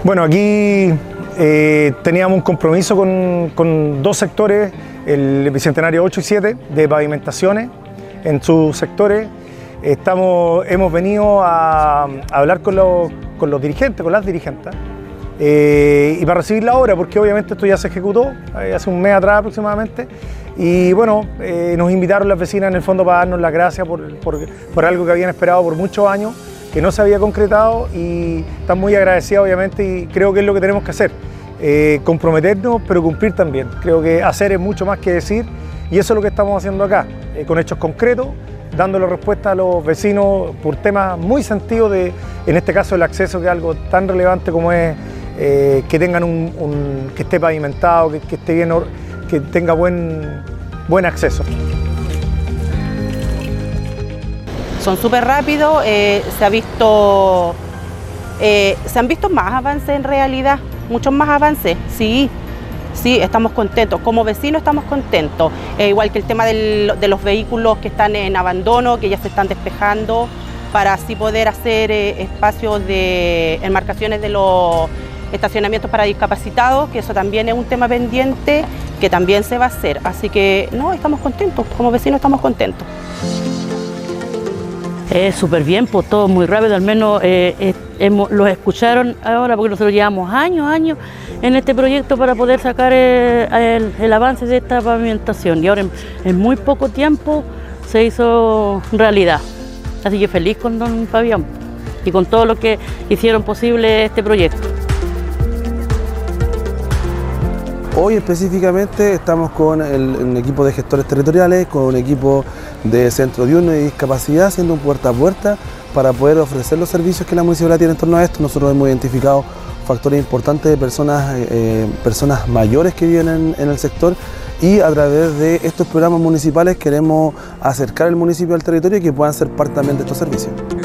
Bueno, aquí teníamos un compromiso con dos sectores, el Bicentenario 8 y 7 de pavimentaciones en sus sectores. Hemos venido a hablar con los dirigentes, con las dirigentes, y para recibir la obra, porque obviamente esto ya se ejecutó hace un mes atrás aproximadamente. Y bueno, nos invitaron las vecinas en el fondo para darnos las gracias por algo que habían esperado por muchos años, que no se había concretado, y están muy agradecidas obviamente, y creo que es lo que tenemos que hacer, comprometernos pero cumplir también. Creo que hacer es mucho más que decir, y eso es lo que estamos haciendo acá, con hechos concretos, dándole respuesta a los vecinos por temas muy sentidos en este caso el acceso, que es algo tan relevante como es que tengan que esté pavimentado, que esté bien, que tenga buen acceso. Son súper rápidos, se han visto más avances en realidad, muchos más avances, sí, estamos contentos, como vecinos estamos contentos, igual que el tema de los vehículos que están en abandono, que ya se están despejando, para así poder hacer espacios de enmarcaciones de los estacionamientos para discapacitados, que eso también es un tema pendiente, que también se va a hacer, así que no, estamos contentos, como vecinos estamos contentos. Súper bien, pues todo muy rápido, al menos los escucharon ahora, porque nosotros llevamos años en este proyecto para poder sacar el avance de esta pavimentación, y ahora en muy poco tiempo se hizo realidad. Así que feliz con don Fabián y con todo lo que hicieron posible este proyecto. Hoy específicamente estamos con un equipo de gestores territoriales, con un equipo de centro diurno y discapacidad, haciendo un puerta a puerta para poder ofrecer los servicios que la municipalidad tiene en torno a esto. Nosotros hemos identificado factores importantes de personas mayores que viven en el sector, y a través de estos programas municipales queremos acercar el municipio al territorio y que puedan ser parte también de estos servicios.